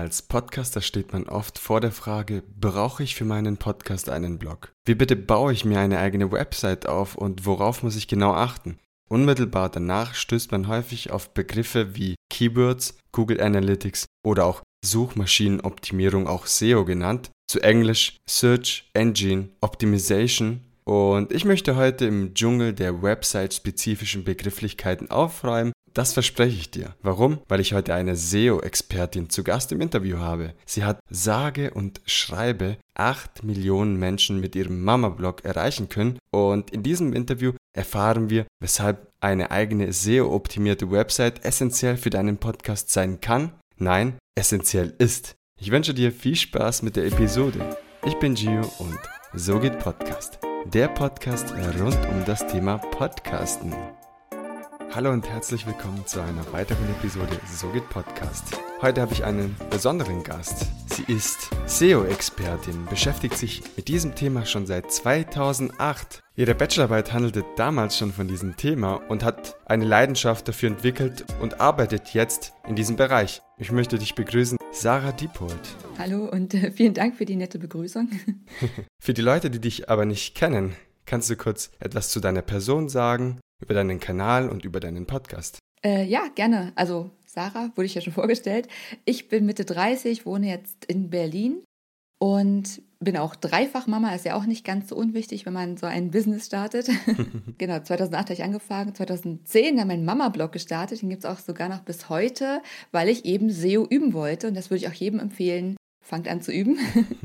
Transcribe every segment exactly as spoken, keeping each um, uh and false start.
Als Podcaster steht man oft vor der Frage, brauche ich für meinen Podcast einen Blog? Wie bitte baue ich mir eine eigene Website auf und worauf muss ich genau achten? Unmittelbar danach stößt man häufig auf Begriffe wie Keywords, Google Analytics oder auch Suchmaschinenoptimierung, auch S E O genannt, zu Englisch Search Engine Optimization. Und ich möchte heute im Dschungel der Website-spezifischen Begrifflichkeiten aufräumen. Das verspreche ich dir. Warum? Weil ich heute eine S E O-Expertin zu Gast im Interview habe. Sie hat sage und schreibe acht Millionen Menschen mit ihrem Mama-Blog erreichen können. Und in diesem Interview erfahren wir, weshalb eine eigene S E O-optimierte Website essentiell für deinen Podcast sein kann. Nein, essentiell ist. Ich wünsche dir viel Spaß mit der Episode. Ich bin Gio und So geht Podcast. Der Podcast rund um das Thema Podcasten. Hallo und herzlich willkommen zu einer weiteren Episode So geht Podcast. Heute habe ich einen besonderen Gast. Sie ist S E O-Expertin, beschäftigt sich mit diesem Thema schon seit zweitausendacht. Ihre Bachelorarbeit handelte damals schon von diesem Thema und hat eine Leidenschaft dafür entwickelt und arbeitet jetzt in diesem Bereich. Ich möchte dich begrüßen, Sarah Diepold. Hallo und äh, vielen Dank für die nette Begrüßung. Für die Leute, die dich aber nicht kennen, kannst du kurz etwas zu deiner Person sagen, über deinen Kanal und über deinen Podcast? Äh, ja, gerne. Also Sarah, wurde ich ja schon vorgestellt. Ich bin Mitte dreißig, wohne jetzt in Berlin und bin auch Dreifachmama. Ist ja auch nicht ganz so unwichtig, wenn man so ein Business startet. Genau, zweitausendacht habe ich angefangen, zweitausendzehn dann meinen Mama-Blog gestartet. Den gibt es auch sogar noch bis heute, weil ich eben S E O üben wollte. Und das würde ich auch jedem empfehlen. Fangt an zu üben.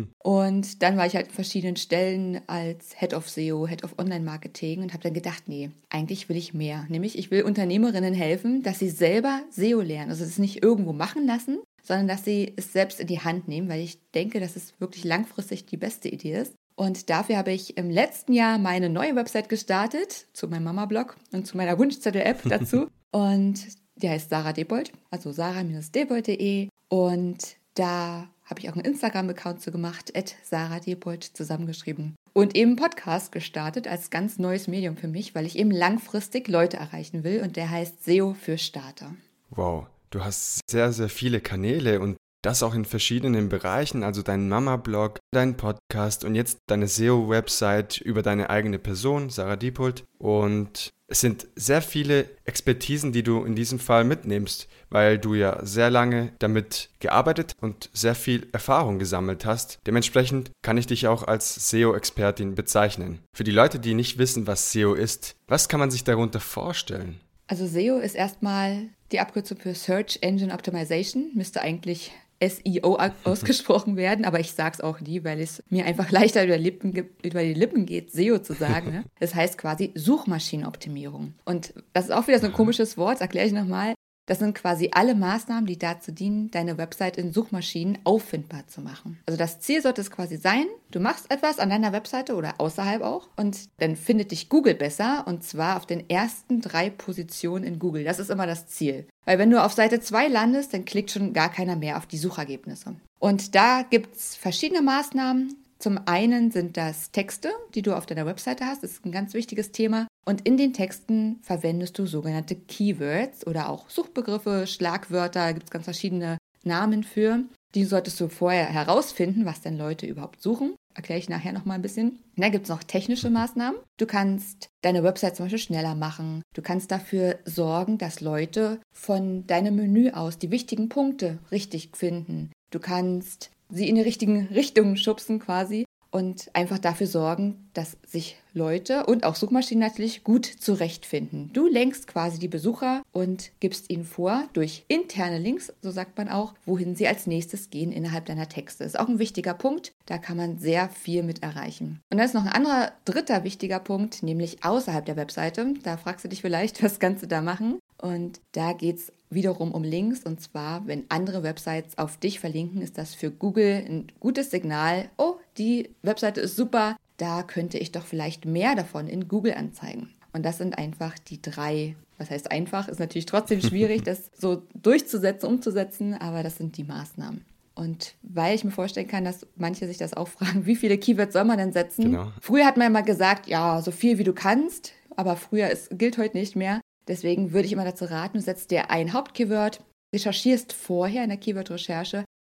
Und dann war ich halt in verschiedenen Stellen als Head of S E O, Head of Online-Marketing und habe dann gedacht, nee, eigentlich will ich mehr. Nämlich, ich will Unternehmerinnen helfen, dass sie selber S E O lernen. Also es nicht irgendwo machen lassen, sondern dass sie es selbst in die Hand nehmen, weil ich denke, dass es wirklich langfristig die beste Idee ist. Und dafür habe ich im letzten Jahr meine neue Website gestartet, zu meinem Mama-Blog und zu meiner Wunschzettel-App dazu. Und die heißt Sarah Diepold, also sarah Bindestrich diepold punkt de. Und da habe ich auch einen Instagram-Account zu gemacht, at Sarah Diepold zusammengeschrieben. Und eben einen Podcast gestartet als ganz neues Medium für mich, weil ich eben langfristig Leute erreichen will und der heißt S E O für Starter. Wow, du hast sehr, sehr viele Kanäle und das auch in verschiedenen Bereichen, also dein Mama-Blog, dein Podcast und jetzt deine S E O-Website über deine eigene Person, Sarah Diepold. Und es sind sehr viele Expertisen, die du in diesem Fall mitnimmst, weil du ja sehr lange damit gearbeitet und sehr viel Erfahrung gesammelt hast. Dementsprechend kann ich dich auch als S E O-Expertin bezeichnen. Für die Leute, die nicht wissen, was S E O ist, was kann man sich darunter vorstellen? Also S E O ist erstmal die Abkürzung für Search Engine Optimization, müsste eigentlich S E O ausgesprochen werden, aber ich sage es auch nie, weil es mir einfach leichter über, Lippen, über die Lippen geht, S E O zu sagen. Ne? Das heißt quasi Suchmaschinenoptimierung. Und das ist auch wieder so ein komisches Wort, das erkläre ich nochmal. Das sind quasi alle Maßnahmen, die dazu dienen, deine Website in Suchmaschinen auffindbar zu machen. Also das Ziel sollte es quasi sein, du machst etwas an deiner Webseite oder außerhalb auch und dann findet dich Google besser und zwar auf den ersten drei Positionen in Google. Das ist immer das Ziel. Weil wenn du auf Seite zwei landest, dann klickt schon gar keiner mehr auf die Suchergebnisse. Und da gibt es verschiedene Maßnahmen. Zum einen sind das Texte, die du auf deiner Webseite hast. Das ist ein ganz wichtiges Thema. Und in den Texten verwendest du sogenannte Keywords oder auch Suchbegriffe, Schlagwörter. Da gibt es ganz verschiedene Namen für. Die solltest du vorher herausfinden, was denn Leute überhaupt suchen. Erkläre ich nachher nochmal ein bisschen. Da gibt es noch technische Maßnahmen. Du kannst deine Website zum Beispiel schneller machen. Du kannst dafür sorgen, dass Leute von deinem Menü aus die wichtigen Punkte richtig finden. Du kannst sie in die richtigen Richtungen schubsen quasi und einfach dafür sorgen, dass sich Leute und auch Suchmaschinen natürlich gut zurechtfinden. Du lenkst quasi die Besucher und gibst ihnen vor, durch interne Links, so sagt man auch, wohin sie als nächstes gehen innerhalb deiner Texte. Das ist auch ein wichtiger Punkt, da kann man sehr viel mit erreichen. Und dann ist noch ein anderer, dritter wichtiger Punkt, nämlich außerhalb der Webseite. Da fragst du dich vielleicht, was kannst du da machen? Und da geht es wiederum um Links und zwar, wenn andere Websites auf dich verlinken, ist das für Google ein gutes Signal. Oh, die Webseite ist super, da könnte ich doch vielleicht mehr davon in Google anzeigen. Und das sind einfach die drei, was heißt einfach, ist natürlich trotzdem schwierig, das so durchzusetzen, umzusetzen, aber das sind die Maßnahmen. Und weil ich mir vorstellen kann, dass manche sich das auch fragen, wie viele Keywords soll man denn setzen? Genau. Früher hat man immer gesagt, ja, so viel wie du kannst, aber früher ist, gilt heute nicht mehr. Deswegen würde ich immer dazu raten, du setzt dir ein Hauptkeyword, recherchierst vorher in der Keyword-Recherche,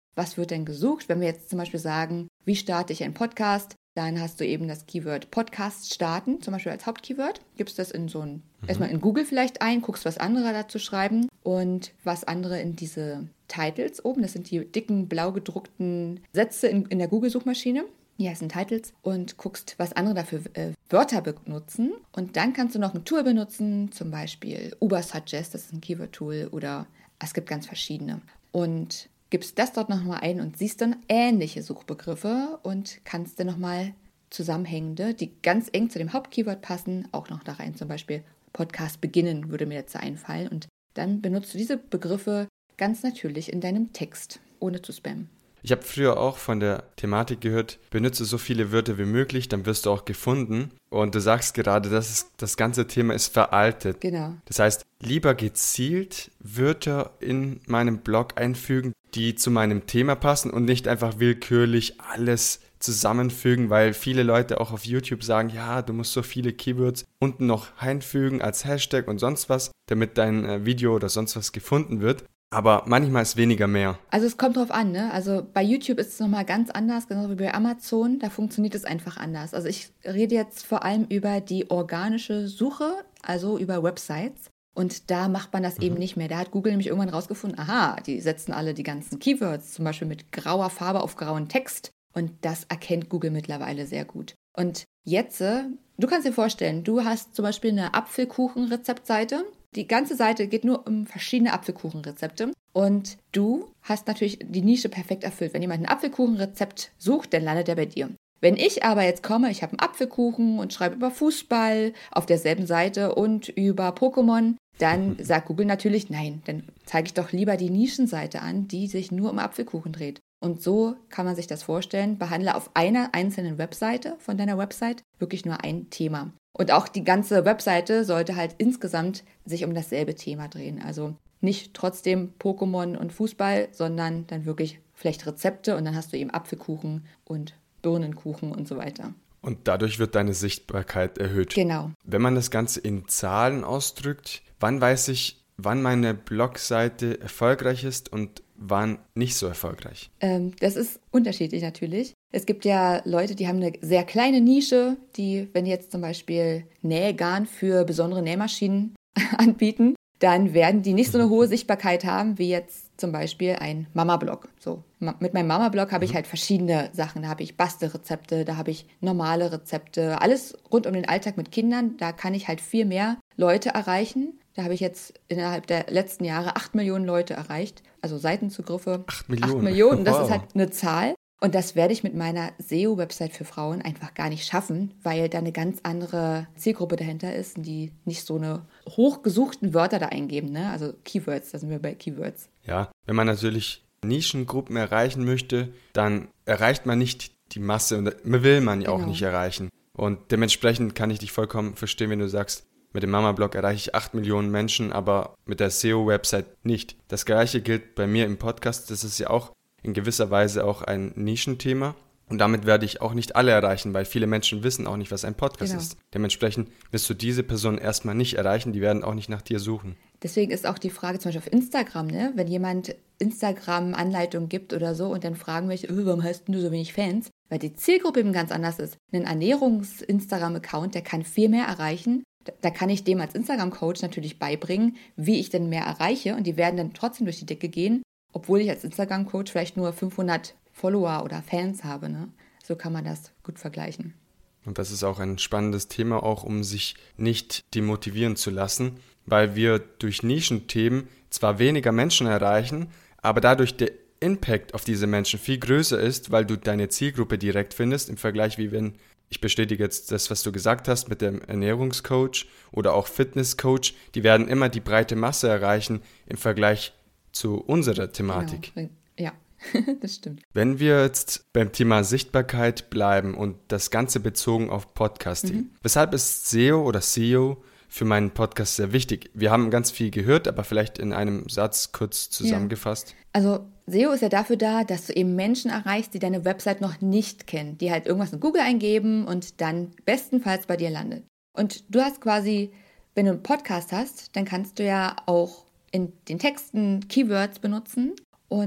was wird denn gesucht? Wenn wir jetzt zum Beispiel sagen, wie starte ich einen Podcast? Dann hast du eben das Keyword Podcast starten, zum Beispiel als Hauptkeyword. Gibst das in so ein, mhm. erstmal in Google vielleicht ein, guckst, was andere dazu schreiben und was andere in diese Titles oben, das sind die dicken, blau gedruckten Sätze in, in der Google-Suchmaschine. Die heißen Titles und guckst, was andere dafür äh, Wörter benutzen. Und dann kannst du noch ein Tool benutzen, zum Beispiel Ubersuggest, das ist ein Keyword-Tool oder es gibt ganz verschiedene. Und gibst das dort nochmal ein und siehst dann ähnliche Suchbegriffe und kannst dann nochmal zusammenhängende, die ganz eng zu dem Hauptkeyword passen, auch noch da rein. Zum Beispiel Podcast beginnen würde mir jetzt einfallen. Und dann benutzt du diese Begriffe ganz natürlich in deinem Text, ohne zu spammen. Ich habe früher auch von der Thematik gehört, benutze so viele Wörter wie möglich, dann wirst du auch gefunden. Und du sagst gerade, das, ist, das ganze Thema ist veraltet. Genau. Das heißt, lieber gezielt Wörter in meinem Blog einfügen, die zu meinem Thema passen und nicht einfach willkürlich alles zusammenfügen, weil viele Leute auch auf YouTube sagen, ja, du musst so viele Keywords unten noch einfügen als Hashtag und sonst was, damit dein Video oder sonst was gefunden wird. Aber manchmal ist weniger mehr. Also es kommt drauf an, ne? Also bei YouTube ist es nochmal ganz anders, genauso wie bei Amazon. Da funktioniert es einfach anders. Also ich rede jetzt vor allem über die organische Suche, also über Websites. Und da macht man das mhm. eben nicht mehr. Da hat Google nämlich irgendwann rausgefunden, aha, die setzen alle die ganzen Keywords, zum Beispiel mit grauer Farbe auf grauen Text. Und das erkennt Google mittlerweile sehr gut. Und jetzt, du kannst dir vorstellen, du hast zum Beispiel eine Apfelkuchen-Rezeptseite. Die ganze Seite geht nur um verschiedene Apfelkuchenrezepte und du hast natürlich die Nische perfekt erfüllt. Wenn jemand ein Apfelkuchenrezept sucht, dann landet er bei dir. Wenn ich aber jetzt komme, ich habe einen Apfelkuchen und schreibe über Fußball auf derselben Seite und über Pokémon, dann sagt Google natürlich, nein, dann zeige ich doch lieber die Nischenseite an, die sich nur um Apfelkuchen dreht. Und so kann man sich das vorstellen, behandle auf einer einzelnen Webseite von deiner Website wirklich nur ein Thema. Und auch die ganze Webseite sollte halt insgesamt sich um dasselbe Thema drehen. Also nicht trotzdem Pokémon und Fußball, sondern dann wirklich vielleicht Rezepte und dann hast du eben Apfelkuchen und Birnenkuchen und so weiter. Und dadurch wird deine Sichtbarkeit erhöht. Genau. Wenn man das Ganze in Zahlen ausdrückt, wann weiß ich, wann meine Blogseite erfolgreich ist und wann nicht so erfolgreich? Ähm, das ist unterschiedlich natürlich. Es gibt ja Leute, die haben eine sehr kleine Nische, die, wenn die jetzt zum Beispiel Nähgarn für besondere Nähmaschinen anbieten, dann werden die nicht so eine hohe Sichtbarkeit haben, wie jetzt zum Beispiel ein Mama-Blog. So, mit meinem Mama-Blog habe ich halt verschiedene Sachen. Da habe ich Bastelrezepte, da habe ich normale Rezepte, alles rund um den Alltag mit Kindern. Da kann ich halt viel mehr Leute erreichen. Da habe ich jetzt innerhalb der letzten Jahre acht Millionen Leute erreicht, also Seitenzugriffe. Acht Millionen? Acht Millionen, das wow. ist halt eine Zahl. Und das werde ich mit meiner S E O-Website für Frauen einfach gar nicht schaffen, weil da eine ganz andere Zielgruppe dahinter ist, die nicht so eine hochgesuchten Wörter da eingeben, ne? Also Keywords, da sind wir bei Keywords. Ja, wenn man natürlich Nischengruppen erreichen möchte, dann erreicht man nicht die Masse und will man ja auch Genau. nicht erreichen. Und dementsprechend kann ich dich vollkommen verstehen, wenn du sagst, mit dem Mama-Blog erreiche ich acht Millionen Menschen, aber mit der S E O-Website nicht. Das Gleiche gilt bei mir im Podcast, das ist ja auch in gewisser Weise auch ein Nischenthema. Und damit werde ich auch nicht alle erreichen, weil viele Menschen wissen auch nicht, was ein Podcast Genau. ist. Dementsprechend wirst du diese Person erstmal nicht erreichen, die werden auch nicht nach dir suchen. Deswegen ist auch die Frage zum Beispiel auf Instagram, ne? Wenn jemand Instagram-Anleitung gibt oder so und dann fragen möchte, öh, warum hast du so wenig Fans? Weil die Zielgruppe eben ganz anders ist. Ein Ernährungs-Instagram-Account, der kann viel mehr erreichen. Da kann ich dem als Instagram-Coach natürlich beibringen, wie ich denn mehr erreiche. Und die werden dann trotzdem durch die Decke gehen, obwohl ich als Instagram-Coach vielleicht nur fünfhundert Follower oder Fans habe. Ne? So kann man das gut vergleichen. Und das ist auch ein spannendes Thema, auch um sich nicht demotivieren zu lassen, weil wir durch Nischenthemen zwar weniger Menschen erreichen, aber dadurch der Impact auf diese Menschen viel größer ist, weil du deine Zielgruppe direkt findest, im Vergleich wie wenn, ich bestätige jetzt das, was du gesagt hast mit dem Ernährungscoach oder auch Fitnesscoach, die werden immer die breite Masse erreichen im Vergleich zu unserer Thematik. Genau. Ja, das stimmt. Wenn wir jetzt beim Thema Sichtbarkeit bleiben und das Ganze bezogen auf Podcasting, mhm. weshalb ist S E O oder S E O für meinen Podcast sehr wichtig? Wir haben ganz viel gehört, aber vielleicht in einem Satz kurz zusammengefasst. Ja. Also S E O ist ja dafür da, dass du eben Menschen erreichst, die deine Website noch nicht kennen, die halt irgendwas in Google eingeben und dann bestenfalls bei dir landet. Und du hast quasi, wenn du einen Podcast hast, dann kannst du ja auch in den Texten Keywords benutzen und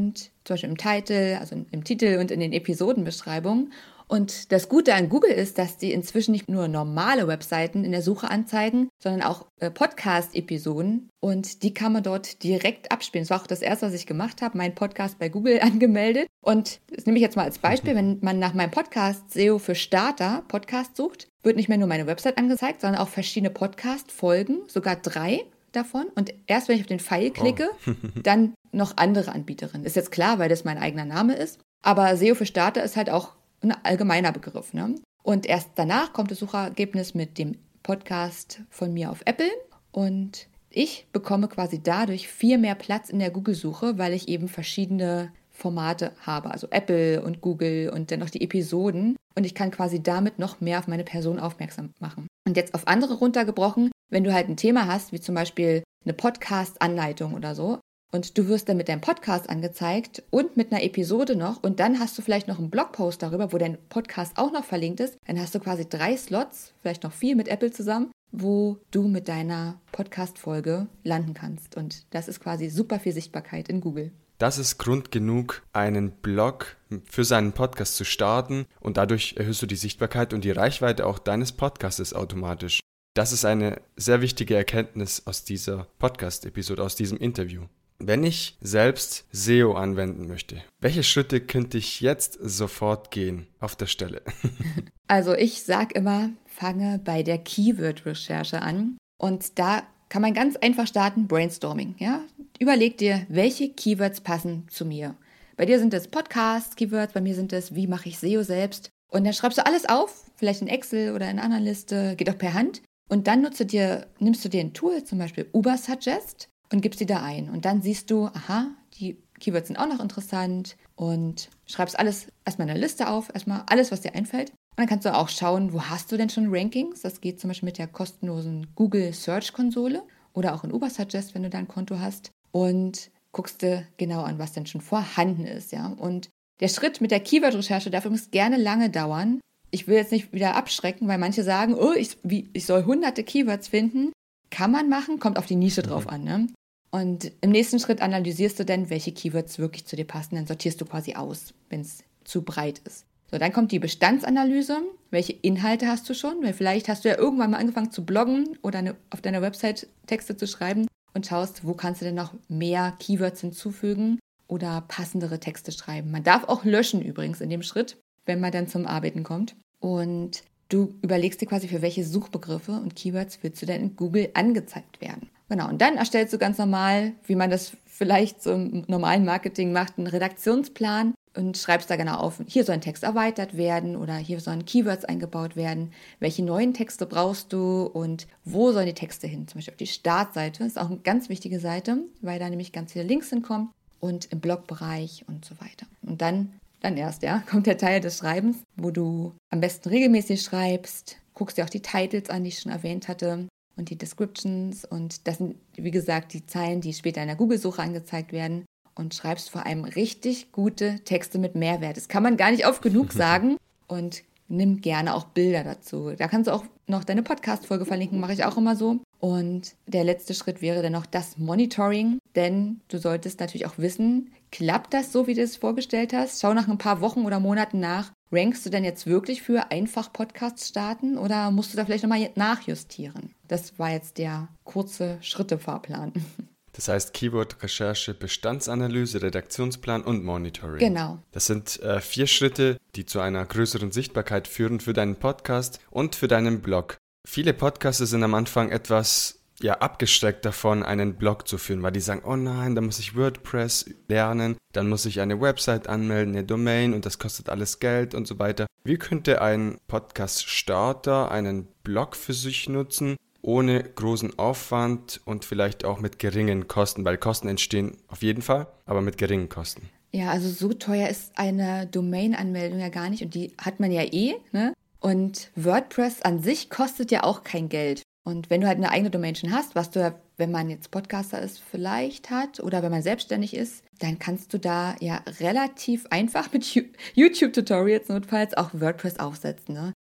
zum Beispiel im Titel, also im Titel und in den Episodenbeschreibungen. Und das Gute an Google ist, dass die inzwischen nicht nur normale Webseiten in der Suche anzeigen, sondern auch äh, Podcast-Episoden. Und die kann man dort direkt abspielen. Das war auch das Erste, was ich gemacht habe, meinen Podcast bei Google angemeldet. Und das nehme ich jetzt mal als Beispiel, wenn man nach meinem Podcast S E O für Starter Podcast sucht, wird nicht mehr nur meine Website angezeigt, sondern auch verschiedene Podcast-Folgen, sogar drei davon. Und erst wenn ich auf den Pfeil klicke, oh. dann noch andere Anbieterinnen. Ist jetzt klar, weil das mein eigener Name ist. Aber S E O für Starter ist halt auch ein allgemeiner Begriff, ne? Und erst danach kommt das Suchergebnis mit dem Podcast von mir auf Apple und ich bekomme quasi dadurch viel mehr Platz in der Google-Suche, weil ich eben verschiedene Formate habe, also Apple und Google und dann noch die Episoden und ich kann quasi damit noch mehr auf meine Person aufmerksam machen. Und jetzt auf andere runtergebrochen, wenn du halt ein Thema hast, wie zum Beispiel eine Podcast-Anleitung oder so, und du wirst dann mit deinem Podcast angezeigt und mit einer Episode noch und dann hast du vielleicht noch einen Blogpost darüber, wo dein Podcast auch noch verlinkt ist. Dann hast du quasi drei Slots, vielleicht noch vier mit Apple zusammen, wo du mit deiner Podcast-Folge landen kannst. Und das ist quasi super viel Sichtbarkeit in Google. Das ist Grund genug, einen Blog für seinen Podcast zu starten und dadurch erhöhst du die Sichtbarkeit und die Reichweite auch deines Podcastes automatisch. Das ist eine sehr wichtige Erkenntnis aus dieser Podcast-Episode, aus diesem Interview. Wenn ich selbst S E O anwenden möchte, welche Schritte könnte ich jetzt sofort gehen auf der Stelle? Also ich sage immer, fange bei der Keyword-Recherche an und da kann man ganz einfach starten, Brainstorming. Ja? Überleg dir, welche Keywords passen zu mir. Bei dir sind es Podcast-Keywords, bei mir sind es, wie mache ich S E O selbst? Und dann schreibst du alles auf, vielleicht in Excel oder in einer anderen Liste, geht auch per Hand. Und dann nutzt du dir, nimmst du dir ein Tool, zum Beispiel Ubersuggest, und gibst die da ein. Und dann siehst du, aha, die Keywords sind auch noch interessant und schreibst alles erstmal in eine Liste auf, erstmal alles, was dir einfällt. Und dann kannst du auch schauen, wo hast du denn schon Rankings? Das geht zum Beispiel mit der kostenlosen Google Search Konsole oder auch in Ubersuggest, wenn du da ein Konto hast. Und guckst dir genau an, was denn schon vorhanden ist. Ja? Und der Schritt mit der Keyword-Recherche darf übrigens gerne lange dauern. Ich will jetzt nicht wieder abschrecken, weil manche sagen, oh, ich, wie, ich soll hunderte Keywords finden. Kann man machen, kommt auf die Nische drauf an. Ne? Und im nächsten Schritt analysierst du dann, welche Keywords wirklich zu dir passen. Dann sortierst du quasi aus, wenn es zu breit ist. So, dann kommt die Bestandsanalyse. Welche Inhalte hast du schon? Weil vielleicht hast du ja irgendwann mal angefangen zu bloggen oder eine, auf deiner Website Texte zu schreiben und schaust, wo kannst du denn noch mehr Keywords hinzufügen oder passendere Texte schreiben. Man darf auch löschen übrigens in dem Schritt, wenn man dann zum Arbeiten kommt. Und du überlegst dir quasi, für welche Suchbegriffe und Keywords willst du denn in Google angezeigt werden. Genau, und dann erstellst du ganz normal, wie man das vielleicht so im normalen Marketing macht, einen Redaktionsplan und schreibst da genau auf, hier soll ein Text erweitert werden oder hier sollen Keywords eingebaut werden, welche neuen Texte brauchst du und wo sollen die Texte hin? Zum Beispiel auf die Startseite, das ist auch eine ganz wichtige Seite, weil da nämlich ganz viele Links hinkommen und im Blogbereich und so weiter. Und dann, dann erst, ja, kommt der Teil des Schreibens, wo du am besten regelmäßig schreibst, guckst dir auch die Titles an, die ich schon erwähnt hatte, und die Descriptions und das sind, wie gesagt, die Zeilen, die später in der Google-Suche angezeigt werden und schreibst vor allem richtig gute Texte mit Mehrwert. Das kann man gar nicht oft genug sagen und nimm gerne auch Bilder dazu. Da kannst du auch noch deine Podcast-Folge verlinken, mache ich auch immer so. Und der letzte Schritt wäre dann noch das Monitoring, denn du solltest natürlich auch wissen, klappt das so, wie du es vorgestellt hast? Schau nach ein paar Wochen oder Monaten nach, rankst du denn jetzt wirklich für einfach Podcasts starten oder musst du da vielleicht nochmal nachjustieren? Das war jetzt der kurze Schrittefahrplan. Das heißt Keyword-Recherche, Bestandsanalyse, Redaktionsplan und Monitoring. Genau. Das sind äh, vier Schritte, die zu einer größeren Sichtbarkeit führen für deinen Podcast und für deinen Blog. Viele Podcaster sind am Anfang etwas ja, abgeschreckt davon, einen Blog zu führen, weil die sagen, oh nein, da muss ich WordPress lernen, dann muss ich eine Website anmelden, eine Domain und das kostet alles Geld und so weiter. Wie könnte ein Podcast-Starter einen Blog für sich nutzen, ohne großen Aufwand und vielleicht auch mit geringen Kosten, weil Kosten entstehen auf jeden Fall, aber mit geringen Kosten. Ja, also so teuer ist eine Domain-Anmeldung ja gar nicht und die hat man ja eh, ne? Und WordPress an sich kostet ja auch kein Geld. Und wenn du halt eine eigene Domain schon hast, was du ja, wenn man jetzt Podcaster ist, vielleicht hat oder wenn man selbstständig ist, dann kannst du da ja relativ einfach mit YouTube-Tutorials notfalls auch WordPress aufsetzen. Ne?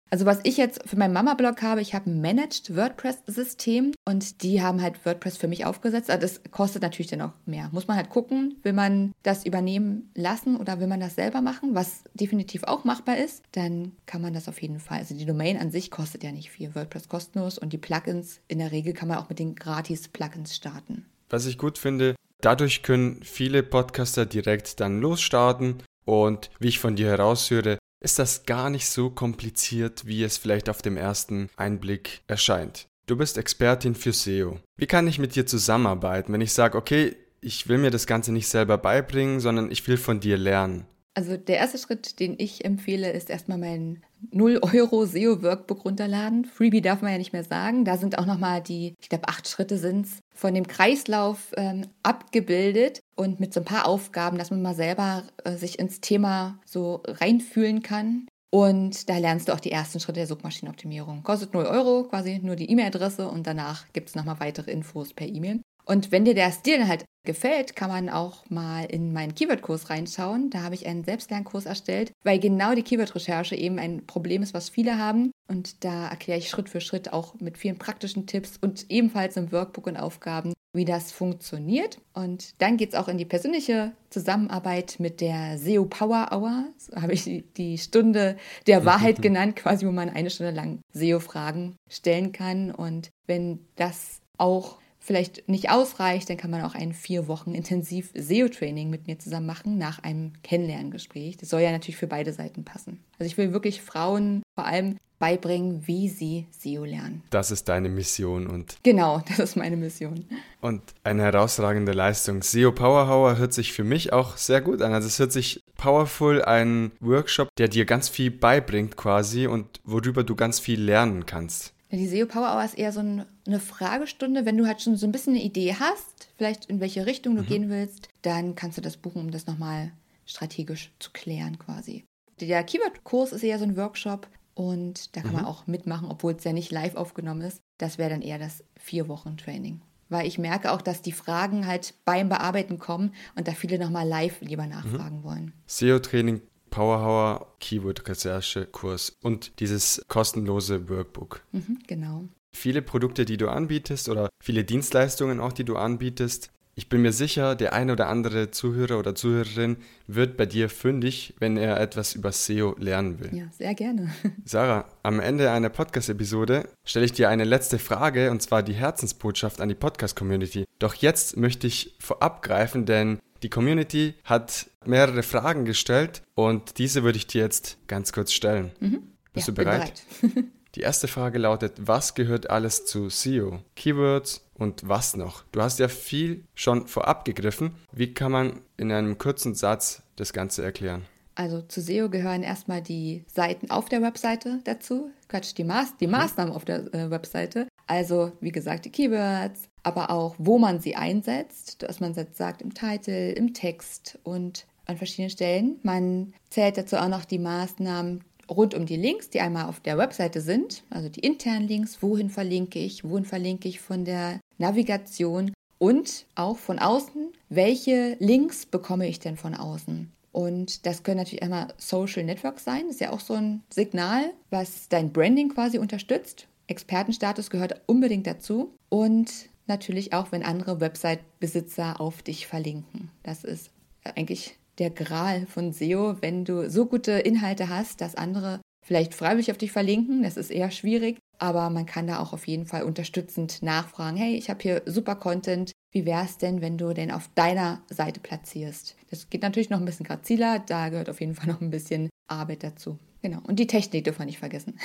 Also was ich jetzt für meinen Mama-Blog habe, ich habe ein Managed WordPress-System und die haben halt WordPress für mich aufgesetzt. Also das kostet natürlich dann auch mehr. Muss man halt gucken, will man das übernehmen lassen oder will man das selber machen, was definitiv auch machbar ist, dann kann man das auf jeden Fall. Also die Domain an sich kostet ja nicht viel. WordPress kostenlos und die Plugins, in der Regel kann man auch mit den Gratis-Plugins starten. Was ich gut finde, dadurch können viele Podcaster direkt dann losstarten und wie ich von dir heraushöre, ist das gar nicht so kompliziert, wie es vielleicht auf dem ersten Einblick erscheint. Du bist Expertin für S E O. Wie kann ich mit dir zusammenarbeiten, wenn ich sage, okay, ich will mir das Ganze nicht selber beibringen, sondern ich will von dir lernen? Also der erste Schritt, den ich empfehle, ist erstmal mein null Euro S E O-Workbook runterladen. Freebie darf man ja nicht mehr sagen. Da sind auch nochmal die, ich glaube, acht Schritte sind es, von dem Kreislauf ähm, abgebildet und mit so ein paar Aufgaben, dass man mal selber äh, sich ins Thema so reinfühlen kann. Und da lernst du auch die ersten Schritte der Suchmaschinenoptimierung. Kostet null Euro, quasi nur die E-Mail-Adresse und danach gibt es nochmal weitere Infos per E-Mail. Und wenn dir der Stil dann halt gefällt, kann man auch mal in meinen Keyword-Kurs reinschauen. Da habe ich einen Selbstlernkurs erstellt, weil genau die Keyword-Recherche eben ein Problem ist, was viele haben. Und da erkläre ich Schritt für Schritt auch mit vielen praktischen Tipps und ebenfalls im Workbook und Aufgaben, wie das funktioniert. Und dann geht es auch in die persönliche Zusammenarbeit mit der S E O Power Hour. So habe ich die, die Stunde der Wahrheit genannt, quasi, wo man eine Stunde lang S E O-Fragen stellen kann. Und wenn das auch vielleicht nicht ausreicht, dann kann man auch ein vier Wochen intensiv S E O-Training mit mir zusammen machen nach einem Kennenlerngespräch. Das soll ja natürlich für beide Seiten passen. Also ich will wirklich Frauen vor allem beibringen, wie sie S E O lernen. Das ist deine Mission und... Genau, das ist meine Mission. Und eine herausragende Leistung. S E O Power Hour hört sich für mich auch sehr gut an. Also es hört sich powerful, ein Workshop, der dir ganz viel beibringt quasi und worüber du ganz viel lernen kannst. Ja, die S E O Power Hour ist eher so ein, eine Fragestunde. Wenn du halt schon so ein bisschen eine Idee hast, vielleicht in welche Richtung du mhm. gehen willst, dann kannst du das buchen, um das nochmal strategisch zu klären quasi. Der Keyword-Kurs ist eher so ein Workshop und da kann mhm. man auch mitmachen, obwohl es ja nicht live aufgenommen ist. Das wäre dann eher das vier Wochen Training. Weil ich merke auch, dass die Fragen halt beim Bearbeiten kommen und da viele nochmal live lieber nachfragen mhm. wollen. S E O-Training, Power Hour, Keyword-Recherche-Kurs und dieses kostenlose Workbook. Mhm, genau. Viele Produkte, die du anbietest oder viele Dienstleistungen auch, die du anbietest. Ich bin mir sicher, der ein oder andere Zuhörer oder Zuhörerin wird bei dir fündig, wenn er etwas über S E O lernen will. Ja, sehr gerne. Sarah, am Ende einer Podcast-Episode stelle ich dir eine letzte Frage, und zwar die Herzensbotschaft an die Podcast-Community. Doch jetzt möchte ich vorab greifen, denn die Community hat mehrere Fragen gestellt und diese würde ich dir jetzt ganz kurz stellen. Mhm. Bist ja, du bereit? Bin bereit. Die erste Frage lautet, was gehört alles zu S E O? Keywords und was noch? Du hast ja viel schon vorab gegriffen. Wie kann man in einem kurzen Satz das Ganze erklären? Also zu S E O gehören erstmal die Seiten auf der Webseite dazu, Quatsch, die, Maß, die Maßnahmen auf der äh, Webseite. Also wie gesagt die Keywords, aber auch wo man sie einsetzt, dass man jetzt sagt im Titel, im Text und an verschiedenen Stellen. Man zählt dazu auch noch die Maßnahmen rund um die Links, die einmal auf der Webseite sind, also die internen Links, wohin verlinke ich, wohin verlinke ich von der Navigation und auch von außen, welche Links bekomme ich denn von außen? Und das können natürlich einmal Social Networks sein, das ist ja auch so ein Signal, was dein Branding quasi unterstützt. Expertenstatus gehört unbedingt dazu und natürlich auch, wenn andere Website-Besitzer auf dich verlinken. Das ist eigentlich der Gral von S E O, wenn du so gute Inhalte hast, dass andere vielleicht freiwillig auf dich verlinken. Das ist eher schwierig, aber man kann da auch auf jeden Fall unterstützend nachfragen. Hey, ich habe hier super Content. Wie wäre es denn, wenn du den auf deiner Seite platzierst? Das geht natürlich noch ein bisschen graziler. Da gehört auf jeden Fall noch ein bisschen Arbeit dazu. Genau. Und die Technik dürfen wir nicht vergessen.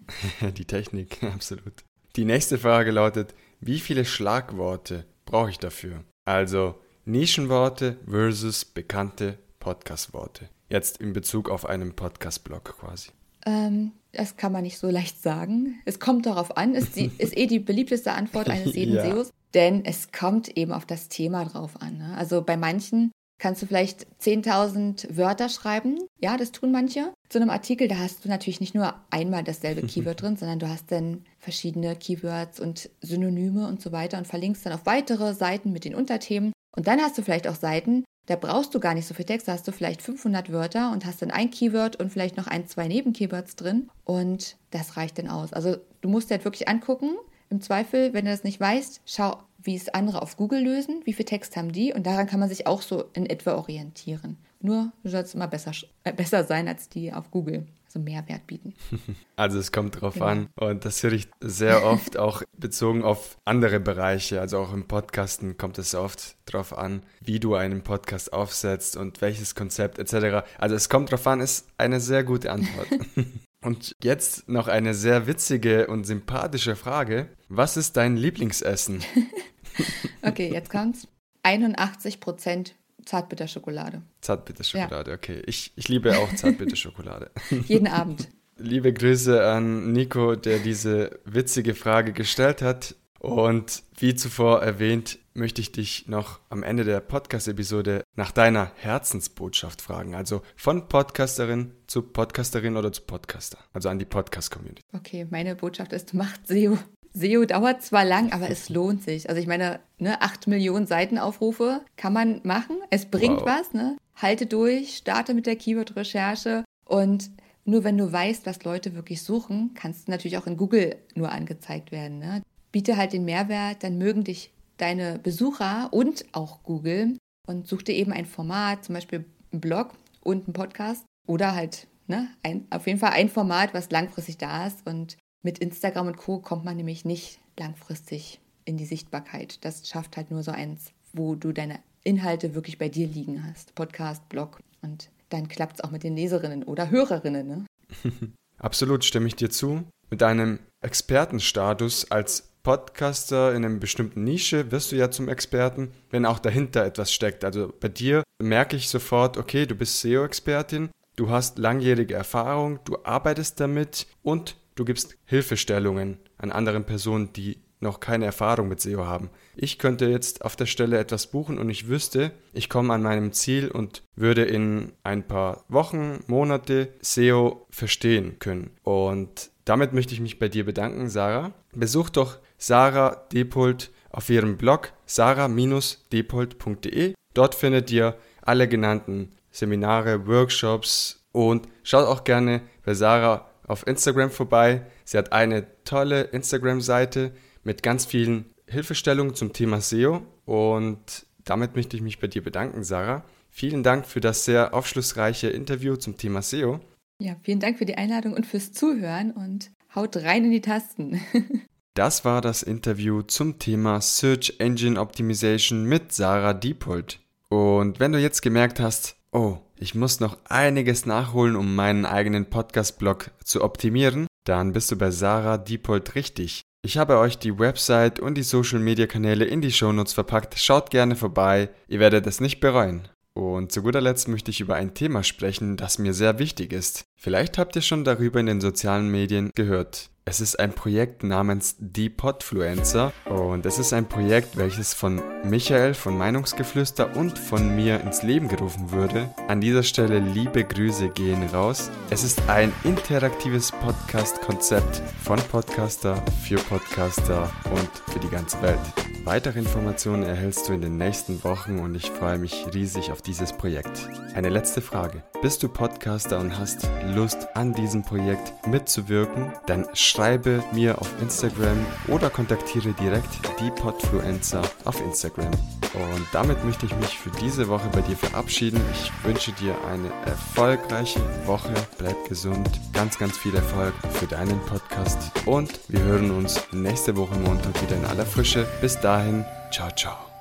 Die Technik, absolut. Die nächste Frage lautet, wie viele Schlagworte brauche ich dafür? Also Nischenworte versus bekannte Podcast-Worte. Jetzt in Bezug auf einen Podcast-Blog quasi. Ähm, das kann man nicht so leicht sagen. Es kommt darauf an, ist, die, ist eh die beliebteste Antwort eines jeden ja. S E Os, denn es kommt eben auf das Thema drauf an. Ne? Also bei manchen kannst du vielleicht zehntausend Wörter schreiben. Ja, das tun manche. Zu einem Artikel, da hast du natürlich nicht nur einmal dasselbe Keyword drin, sondern du hast dann verschiedene Keywords und Synonyme und so weiter und verlinkst dann auf weitere Seiten mit den Unterthemen. Und dann hast du vielleicht auch Seiten, da brauchst du gar nicht so viel Text, da hast du vielleicht fünfhundert Wörter und hast dann ein Keyword und vielleicht noch ein, zwei Nebenkeywords drin und das reicht dann aus. Also du musst dir halt wirklich angucken, im Zweifel, wenn du das nicht weißt, schau, wie es andere auf Google lösen, wie viel Text haben die und daran kann man sich auch so in etwa orientieren. Nur du sollst immer besser, äh, besser sein als die auf Google, also Mehrwert bieten. Also es kommt drauf Genau. an und das höre ich sehr oft auch bezogen auf andere Bereiche, also auch im Podcasten kommt es oft drauf an, wie du einen Podcast aufsetzt und welches Konzept et cetera. Also es kommt drauf an, ist eine sehr gute Antwort. Und jetzt noch eine sehr witzige und sympathische Frage. Was ist dein Lieblingsessen? Okay, jetzt kommt's. einundachtzig Prozent Zartbitterschokolade. Zartbitterschokolade, ja. Okay. Ich, ich liebe auch Zartbitterschokolade. Jeden Abend. Liebe Grüße an Nico, der diese witzige Frage gestellt hat. Und wie zuvor erwähnt, möchte ich dich noch am Ende der Podcast-Episode nach deiner Herzensbotschaft fragen. Also von Podcasterin zu Podcasterin oder zu Podcaster. Also an die Podcast-Community. Okay, meine Botschaft ist, macht S E O. S E O dauert zwar lang, aber es lohnt sich. Also ich meine, ne, acht Millionen Seitenaufrufe kann man machen. Es bringt Wow. was, ne? Halte durch, starte mit der Keyword-Recherche und nur wenn du weißt, was Leute wirklich suchen, kannst du natürlich auch in Google nur angezeigt werden, ne? Biete halt den Mehrwert, dann mögen dich deine Besucher und auch Google und such dir eben ein Format, zum Beispiel einen Blog und einen Podcast oder halt ne, ein, auf jeden Fall ein Format, was langfristig da ist und mit Instagram und Co. kommt man nämlich nicht langfristig in die Sichtbarkeit. Das schafft halt nur so eins, wo du deine Inhalte wirklich bei dir liegen hast. Podcast, Blog und dann klappt es auch mit den Leserinnen oder Hörerinnen, ne? Absolut, stimme ich dir zu. Mit deinem Expertenstatus als Podcaster in einer bestimmten Nische wirst du ja zum Experten, wenn auch dahinter etwas steckt. Also bei dir merke ich sofort, okay, du bist S E O-Expertin, du hast langjährige Erfahrung, du arbeitest damit und du gibst Hilfestellungen an anderen Personen, die noch keine Erfahrung mit S E O haben. Ich könnte jetzt auf der Stelle etwas buchen und ich wüsste, ich komme an meinem Ziel und würde in ein paar Wochen, Monate S E O verstehen können. Und damit möchte ich mich bei dir bedanken, Sarah. Besuch doch Sarah Diepold auf ihrem Blog sarah Bindestrich diepold punkt de. Dort findet ihr alle genannten Seminare, Workshops und schaut auch gerne bei Sarah auf Instagram vorbei. Sie hat eine tolle Instagram-Seite mit ganz vielen Hilfestellungen zum Thema S E O und damit möchte ich mich bei dir bedanken, Sarah. Vielen Dank für das sehr aufschlussreiche Interview zum Thema S E O. Ja, vielen Dank für die Einladung und fürs Zuhören und haut rein in die Tasten. Das war das Interview zum Thema Search Engine Optimization mit Sarah Diepold. Und wenn du jetzt gemerkt hast, oh, ich muss noch einiges nachholen, um meinen eigenen Podcast-Blog zu optimieren, dann bist du bei Sarah Diepold richtig. Ich habe euch die Website und die Social-Media-Kanäle in die Shownotes verpackt. Schaut gerne vorbei, ihr werdet es nicht bereuen. Und zu guter Letzt möchte ich über ein Thema sprechen, das mir sehr wichtig ist. Vielleicht habt ihr schon darüber in den sozialen Medien gehört. Es ist ein Projekt namens Die Podfluencer und es ist ein Projekt, welches von Michael von Meinungsgeflüster und von mir ins Leben gerufen wurde. An dieser Stelle liebe Grüße gehen raus. Es ist ein interaktives Podcast-Konzept von Podcaster für Podcaster und für die ganze Welt. Weitere Informationen erhältst du in den nächsten Wochen und ich freue mich riesig auf dieses Projekt. Eine letzte Frage. Bist du Podcaster und hast Lust, an diesem Projekt mitzuwirken? Dann schreibe mir auf Instagram oder kontaktiere direkt die Podfluencer auf Instagram. Und damit möchte ich mich für diese Woche bei dir verabschieden. Ich wünsche dir eine erfolgreiche Woche. Bleib gesund. Ganz, ganz viel Erfolg für deinen Podcast. Und wir hören uns nächste Woche Montag wieder in aller Frische. Bis dahin, ciao, ciao.